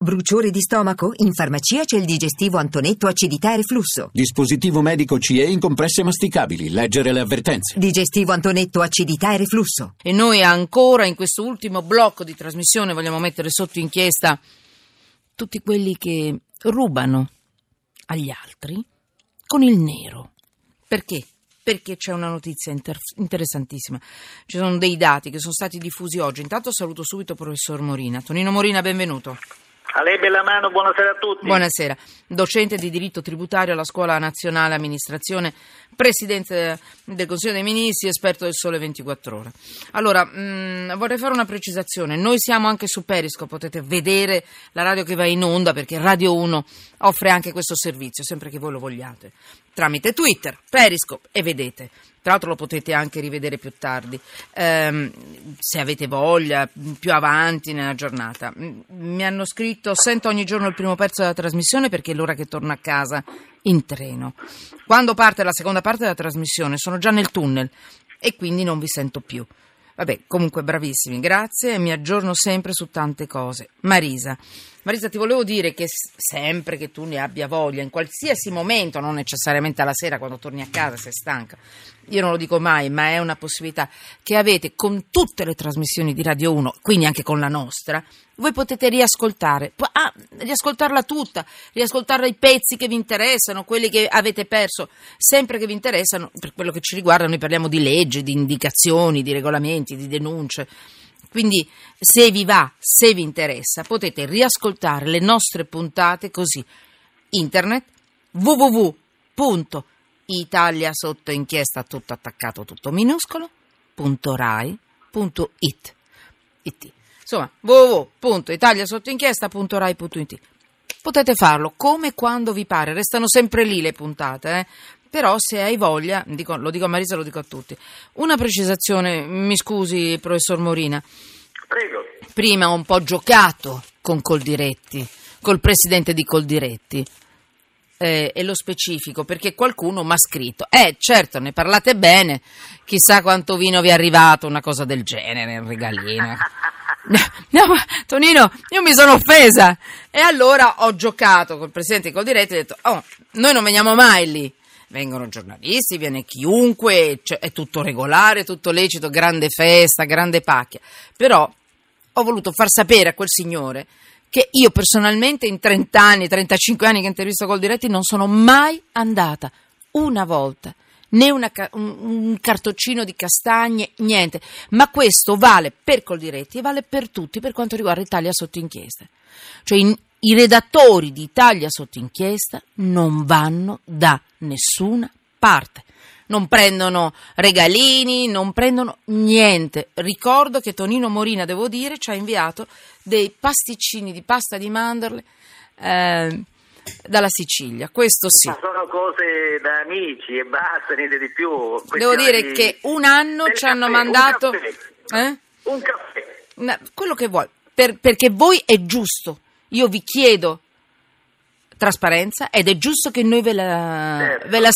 Bruciore di stomaco? In farmacia c'è il digestivo Antonetto acidità e reflusso. Dispositivo medico CE in compresse masticabili. Leggere le avvertenze. Digestivo Antonetto acidità e reflusso. E noi ancora in questo ultimo blocco di trasmissione vogliamo mettere sotto inchiesta tutti quelli che rubano agli altri con il nero. Perché? Perché c'è una notizia interessantissima. Ci sono dei dati che sono stati diffusi oggi. Intanto saluto subito il professor Morina. Tonino Morina, benvenuto. A lei bella mano, buonasera a tutti. Buonasera, docente di diritto tributario alla Scuola Nazionale Amministrazione, presidente del Consiglio dei Ministri, esperto del Sole 24 Ore. Allora, vorrei fare una precisazione. Noi siamo anche su Periscope, potete vedere la radio che va in onda perché Radio 1 offre anche questo servizio, sempre che voi lo vogliate, tramite Twitter, Periscope, e vedete. Tra l'altro lo potete anche rivedere più tardi, se avete voglia, più avanti nella giornata. Mi hanno scritto: sento ogni giorno il primo pezzo della trasmissione perché è l'ora che torno a casa in treno. Quando parte la seconda parte della trasmissione sono già nel tunnel e quindi non vi sento più. Vabbè, comunque bravissimi, grazie, e mi aggiorno sempre su tante cose. Marisa, ti volevo dire che sempre che tu ne abbia voglia, in qualsiasi momento, non necessariamente alla sera quando torni a casa, sei stanca, io non lo dico mai, ma è una possibilità che avete con tutte le trasmissioni di Radio 1, quindi anche con la nostra, voi potete riascoltarla tutta, riascoltare i pezzi che vi interessano, quelli che avete perso, sempre che vi interessano. Per quello che ci riguarda noi parliamo di leggi, di indicazioni, di regolamenti, di denunce. Quindi se vi va, se vi interessa, potete riascoltare le nostre puntate così. Internet, www.italia sotto inchiesta tutto attaccato, tutto minuscolo, .rai.it. Insomma, www.italiasottoinchiesta.rai.it. Potete farlo come e quando vi pare, restano sempre lì le puntate, Però se hai voglia, lo dico a Marisa, lo dico a tutti. Una precisazione, mi scusi professor Morina. Prego. Prima ho un po' giocato con Coldiretti, col presidente di Coldiretti, e lo specifico perché qualcuno mi ha scritto: certo, ne parlate bene, chissà quanto vino vi è arrivato, una cosa del genere, un regalino. No, Tonino, io mi sono offesa, e allora ho giocato col presidente di Coldiretti e ho detto: noi non veniamo mai lì, vengono giornalisti, viene chiunque, è tutto regolare, tutto lecito, grande festa, grande pacchia. Però ho voluto far sapere a quel signore che io personalmente in 30 anni, 35 anni che intervisto Coldiretti non sono mai andata una volta, né un cartoccino di castagne, niente. Ma questo vale per Coldiretti e vale per tutti per quanto riguarda Italia sotto inchiesta. Cioè i redattori di Italia sotto inchiesta non vanno da nessuna parte. Non prendono regalini, non prendono niente. Ricordo che Tonino Morina, devo dire, ci ha inviato dei pasticcini di pasta di mandorle dalla Sicilia. Questo sì. Ma sono cose da amici e basta, niente di più. Devo dire che un anno ci hanno mandato un caffè. Quello che vuoi, perché voi è giusto. Io vi chiedo trasparenza ed è giusto che noi ve la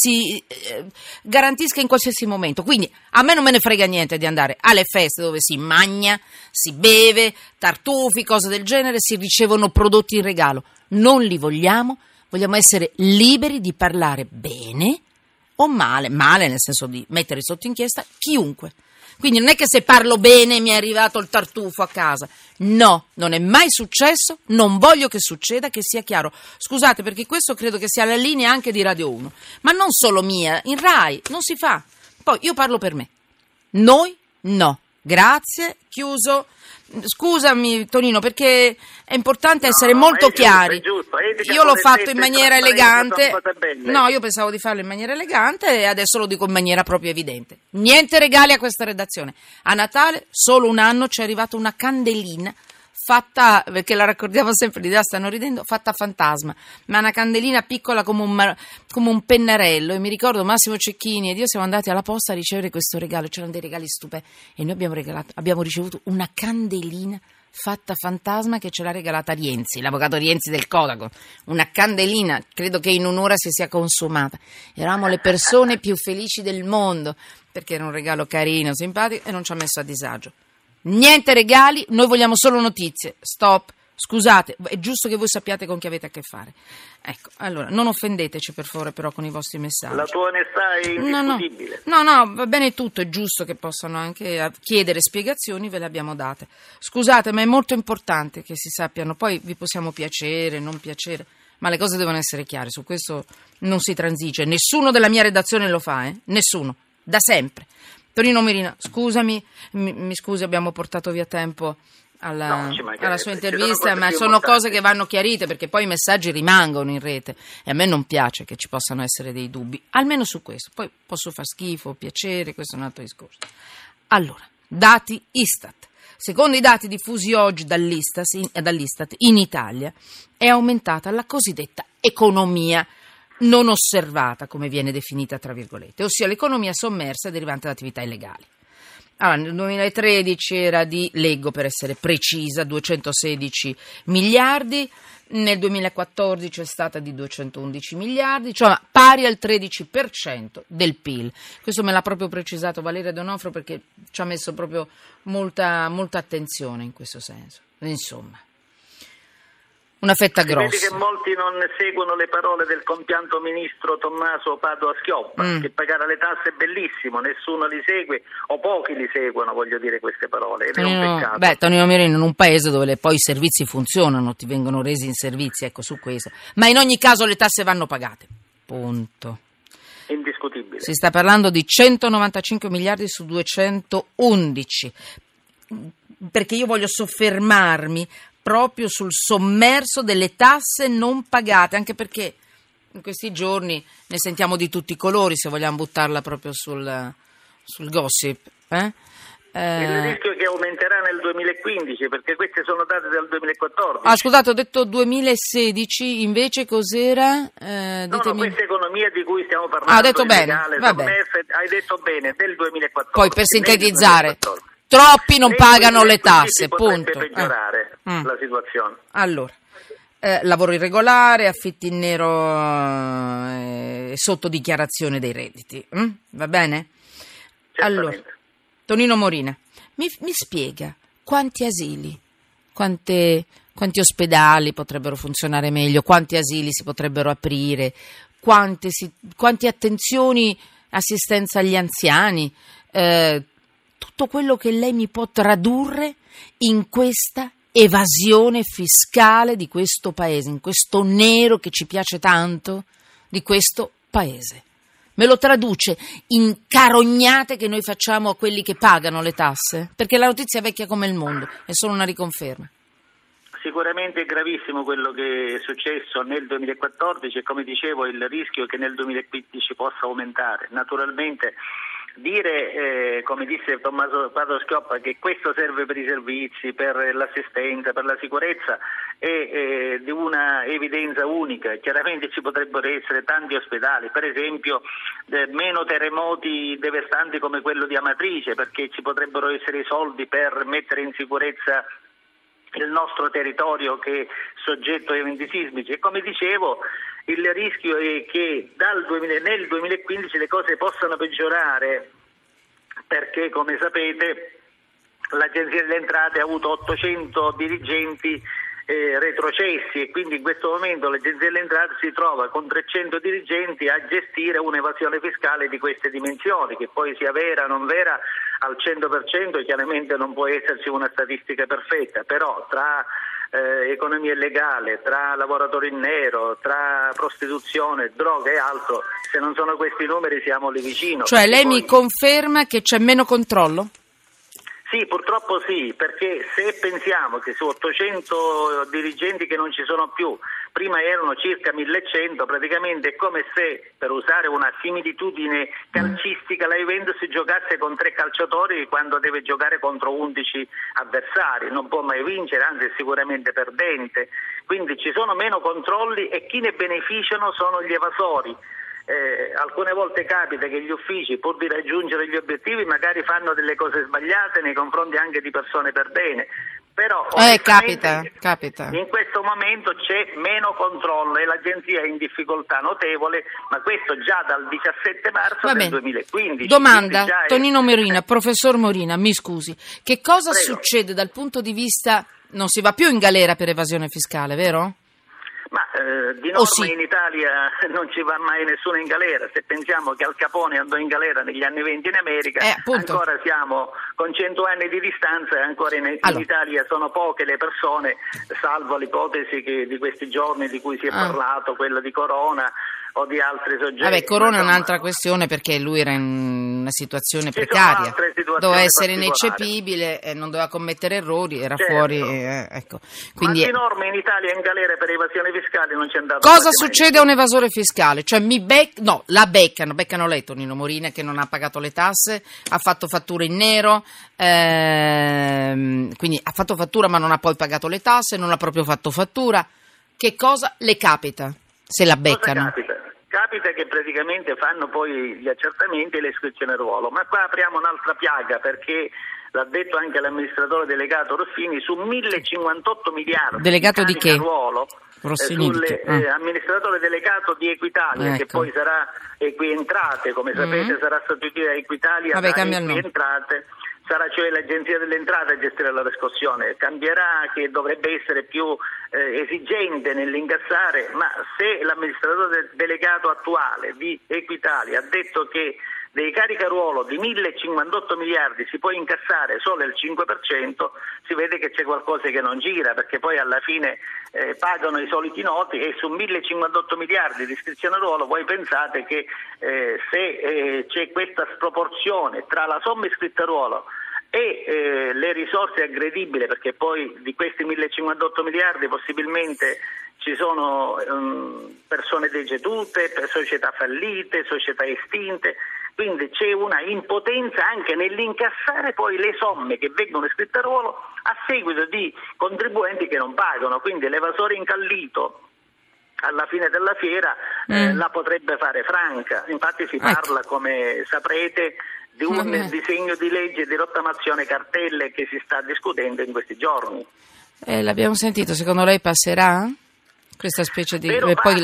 garantisca in qualsiasi momento. Quindi a me non me ne frega niente di andare alle feste dove si mangia, si beve, tartufi, cose del genere, si ricevono prodotti in regalo. Non li vogliamo essere liberi di parlare bene o male nel senso di mettere sotto inchiesta chiunque. Quindi non è che se parlo bene mi è arrivato il tartufo a casa. No, non è mai successo, non voglio che succeda, che sia chiaro. Scusate, perché questo credo che sia la linea anche di Radio 1. Ma non solo mia, in Rai non si fa. Poi io parlo per me. Noi no. Grazie, chiuso. Scusami Tonino, perché è importante essere molto chiari. Giusto. Io l'ho fatto in maniera elegante. No, io pensavo di farlo in maniera elegante e adesso lo dico in maniera proprio evidente. Niente regali a questa redazione. A Natale, solo un anno, ci è arrivata una candelina fatta, perché la raccordiamo sempre, l'idea, stanno ridendo, fatta a fantasma, ma una candelina piccola come un pennarello. E mi ricordo Massimo Cecchini ed io siamo andati alla posta a ricevere questo regalo, c'erano dei regali stupendi e noi abbiamo ricevuto una candelina fatta a fantasma che ce l'ha regalata Rienzi, l'avvocato Rienzi del Codacons. Una candelina, credo che in un'ora si sia consumata. Eravamo le persone più felici del mondo perché era un regalo carino, simpatico e non ci ha messo a disagio. Niente regali, noi vogliamo solo notizie. Stop Scusate, è giusto che voi sappiate con chi avete a che fare. Ecco, allora, non offendeteci per favore però con i vostri messaggi. La tua onestà è indiscutibile. No, va bene tutto, è giusto che possano anche chiedere spiegazioni, ve le abbiamo date. Scusate, ma è molto importante che si sappiano, poi vi possiamo piacere, non piacere, ma le cose devono essere chiare, su questo non si transige. Nessuno della mia redazione lo fa, nessuno, da sempre. Tonino Merina, scusami, mi scusi, abbiamo portato via tempo alla sua intervista, ma sono cose che vanno chiarite, perché poi i messaggi rimangono in rete e a me non piace che ci possano essere dei dubbi, almeno su questo. Poi posso far schifo, piacere, questo è un altro discorso. Allora, dati Istat. Secondo i dati diffusi oggi dall'Istat, in Italia è aumentata la cosiddetta economia non osservata, come viene definita tra virgolette, ossia l'economia sommersa derivante da attività illegali. Allora, nel 2013 era leggo per essere precisa, 216 miliardi, nel 2014 è stata di 211 miliardi, cioè pari al 13% del PIL. Questo me l'ha proprio precisato Valeria D'Onofrio, perché ci ha messo proprio molta attenzione in questo senso. Insomma, una fetta grossa. Vedi che molti non seguono le parole del compianto ministro Tommaso Padoa-Schioppa, che pagare le tasse è bellissimo, nessuno li segue o pochi li seguono, voglio dire, queste parole, ed è un peccato. Tonino Merino, in un paese dove poi i servizi funzionano, ti vengono resi in servizi, ecco, su questo, ma in ogni caso le tasse vanno pagate, punto. Indiscutibile. Si sta parlando di 195 miliardi su 211, perché io voglio soffermarmi proprio sul sommerso delle tasse non pagate, anche perché in questi giorni ne sentiamo di tutti i colori, se vogliamo buttarla proprio sul gossip. Il rischio è che aumenterà nel 2015, perché queste sono date del 2014. Ah, scusate, ho detto 2016, invece cos'era? No, questa economia di cui stiamo parlando, ha detto bene, hai detto bene, del 2014. Poi per sintetizzare, troppi non pagano le tasse, punto. Peggiorare la situazione. Allora, lavoro irregolare, affitti in nero, sotto dichiarazione dei redditi, va bene? Allora, Tonino Merina, mi spiega quanti asili, quanti ospedali potrebbero funzionare meglio, quanti asili si potrebbero aprire, quante attenzioni, assistenza agli anziani, tutto quello che lei mi può tradurre in questa evasione fiscale di questo paese, in questo nero che ci piace tanto di questo paese. Me lo traduce in carognate che noi facciamo a quelli che pagano le tasse? Perché la notizia è vecchia come il mondo, è solo una riconferma. Sicuramente è gravissimo quello che è successo nel 2014 e, come dicevo, il rischio è che nel 2015 possa aumentare. Naturalmente dire, come disse Tommaso Padoa-Schioppa, che questo serve per i servizi, per l'assistenza, per la sicurezza è di una evidenza unica. Chiaramente ci potrebbero essere tanti ospedali, per esempio meno terremoti devastanti come quello di Amatrice, perché ci potrebbero essere i soldi per mettere in sicurezza il nostro territorio che è soggetto a eventi sismici. E come dicevo, il rischio è che nel 2015 le cose possano peggiorare, perché, come sapete, l'Agenzia delle Entrate ha avuto 800 dirigenti retrocessi, e quindi in questo momento l'Agenzia delle Entrate si trova con 300 dirigenti a gestire un'evasione fiscale di queste dimensioni, che poi sia vera o non vera al 100%, chiaramente non può esserci una statistica perfetta, però tra economia illegale, tra lavoratori in nero, tra prostituzione, droga e altro, se non sono questi numeri siamo lì vicino. Cioè lei mi conferma che c'è meno controllo? Sì, purtroppo sì, perché se pensiamo che su 800 dirigenti che non ci sono più, prima erano circa 1100, praticamente è come se, per usare una similitudine calcistica, la Juventus giocasse con 3 calciatori quando deve giocare contro 11 avversari, non può mai vincere, anzi è sicuramente perdente, quindi ci sono meno controlli e chi ne beneficiano sono gli evasori. Alcune volte capita che gli uffici, pur di raggiungere gli obiettivi, magari fanno delle cose sbagliate nei confronti anche di persone per bene, però capita. In questo momento c'è meno controllo e l'agenzia è in difficoltà notevole, ma questo già dal 17 marzo del 2015. Domanda, Tonino Merina, professor Merina, mi scusi, che cosa succede dal punto di vista non si va più in galera per evasione fiscale, vero? Ma di norma sì. in Italia non ci va mai nessuno in galera. Se pensiamo che Al Capone andò in galera negli anni 20 in America, ancora siamo con 100 anni di distanza e ancora in Italia sono poche le persone, salvo l'ipotesi di questi giorni di cui si è parlato, quella di Corona o di altri soggetti. Vabbè, Corona è un'altra questione, perché lui era in una situazione precaria, doveva essere ineccepibile, non doveva commettere errori, era fuori, ecco. Quindi, ma di norma in Italia in galera per evasione fiscale non c'è andato. Cosa succede a un evasore fiscale? Cioè la beccano lei, Tonino Morina, che non ha pagato le tasse, ha fatto fatture in nero, quindi ha fatto fattura ma non ha poi pagato le tasse, non ha proprio fatto fattura. Che cosa le capita se la beccano? Capita che praticamente fanno poi gli accertamenti e le iscrizioni a ruolo, ma qua apriamo un'altra piaga, perché l'ha detto anche l'amministratore delegato Ruffini, su 1058 miliardi delegato di che? Ruolo, amministratore delegato di Equitalia, che poi sarà Equientrate, come sapete sarà sostituita Equitalia da Equientrate. Sarà cioè l'Agenzia delle Entrate a gestire la riscossione, cambierà, che dovrebbe essere più esigente nell'incassare, ma se l'amministratore delegato attuale di Equitalia ha detto che dei caricaruolo di 1058 miliardi si può incassare solo il 5%, si vede che c'è qualcosa che non gira, perché poi alla fine pagano i soliti noti, e su 1058 miliardi di iscrizione a ruolo voi pensate che se c'è questa sproporzione tra la somma iscritta a ruolo e le risorse aggredibili, perché poi di questi 1058 miliardi possibilmente ci sono persone decedute, società fallite, società estinte, quindi c'è una impotenza anche nell'incassare poi le somme che vengono iscritte a ruolo a seguito di contribuenti che non pagano, quindi l'evasore incallito alla fine della fiera la potrebbe fare franca. Infatti si parla, come saprete, di un disegno di legge di rottamazione cartelle che si sta discutendo in questi giorni. L'abbiamo sentito, secondo lei passerà? Questa specie di...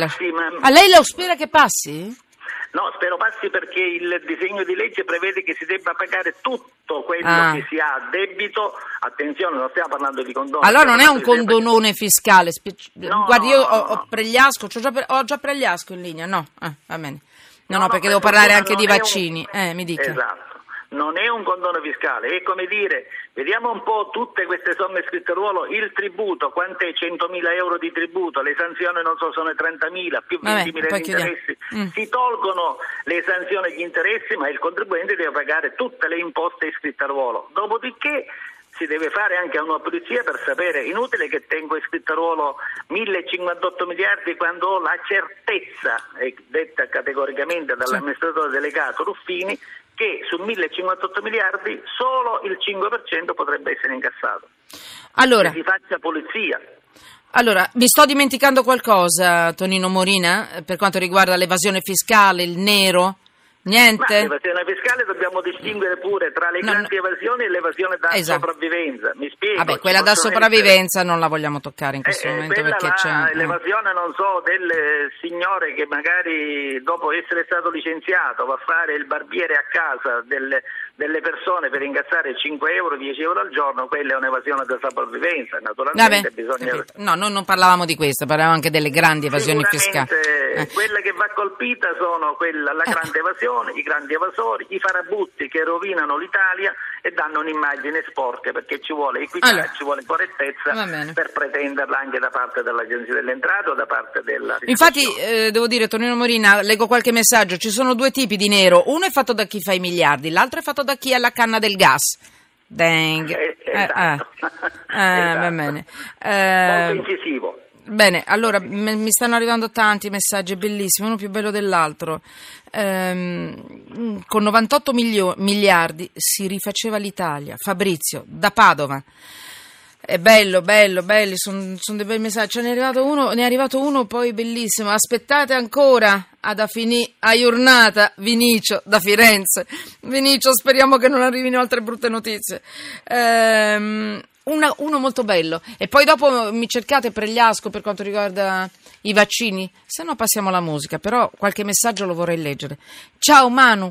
ma... lei lo spera che passi? No, spero passi, perché il disegno di legge prevede che si debba pagare tutto quello che si ha a debito. Attenzione, non stiamo parlando di condono. Allora non è un condonone fiscale. Guardi, io ho Pregliasco, ho già Pregliasco in linea, no? Va bene. No, perché devo parlare anche di vaccini. Mi dica. Esatto. Non è un condono fiscale, è come dire, vediamo un po' tutte queste somme iscritte a ruolo, il tributo, quant'è? 100.000 euro di tributo, le sanzioni non so, sono 30.000, più 20.000 di interessi, si tolgono le sanzioni e gli interessi, ma il contribuente deve pagare tutte le imposte iscritte a ruolo, dopodiché si deve fare anche una pulizia per sapere, inutile che tengo iscritto a ruolo 1058 miliardi quando ho la certezza, detta categoricamente dall'amministratore delegato Ruffini, che su 1058 miliardi solo il 5% potrebbe essere incassato. Allora, che si faccia pulizia. Allora, mi sto dimenticando qualcosa, Tonino Morina, per quanto riguarda l'evasione fiscale, il nero? Niente? Ma l'evasione fiscale dobbiamo distinguere pure tra le grandi evasioni e l'evasione da sopravvivenza. Mi spiego. Vabbè, quella da sopravvivenza non la vogliamo toccare in questo momento, perché c'è l'evasione, non so, del signore che magari dopo essere stato licenziato va a fare il barbiere a casa delle persone per incassare 5 euro, 10 euro al giorno. Quella è un'evasione da sopravvivenza, naturalmente. Bisogna... No, noi non parlavamo di questo, parlavamo anche delle grandi evasioni fiscali. Quella che va colpita sono la grande evasione, i grandi evasori, i farabutti che rovinano l'Italia e danno un'immagine sporca, perché ci vuole equità, ci vuole correttezza per pretenderla anche da parte dell'Agenzia delle Entrate o da parte della Infatti, devo dire, Tonino Morina, leggo qualche messaggio, ci sono due tipi di nero, uno è fatto da chi fa i miliardi, l'altro è fatto da chi ha la canna del gas. Dang. Esatto. Va bene. Molto incisivo. Bene, allora mi stanno arrivando tanti messaggi bellissimi, uno più bello dell'altro. Con 98 miliardi si rifaceva l'Italia. Fabrizio, da Padova. È bello, sono dei bei messaggi. Ne è arrivato uno poi bellissimo. Aspettate ancora ad affinì a giornata, Vinicio da Firenze. Vinicio, speriamo che non arrivino altre brutte notizie. Uno molto bello. E poi dopo mi cercate Pregliasco per quanto riguarda i vaccini, se no passiamo alla musica, però qualche messaggio lo vorrei leggere. Ciao Manu,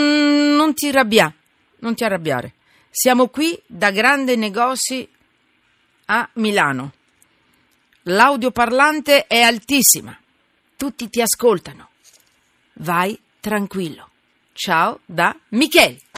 non ti arrabbiare, siamo qui da grandi negozi a Milano. L'audioparlante è altissima. Tutti ti ascoltano. Vai tranquillo. Ciao da Michele.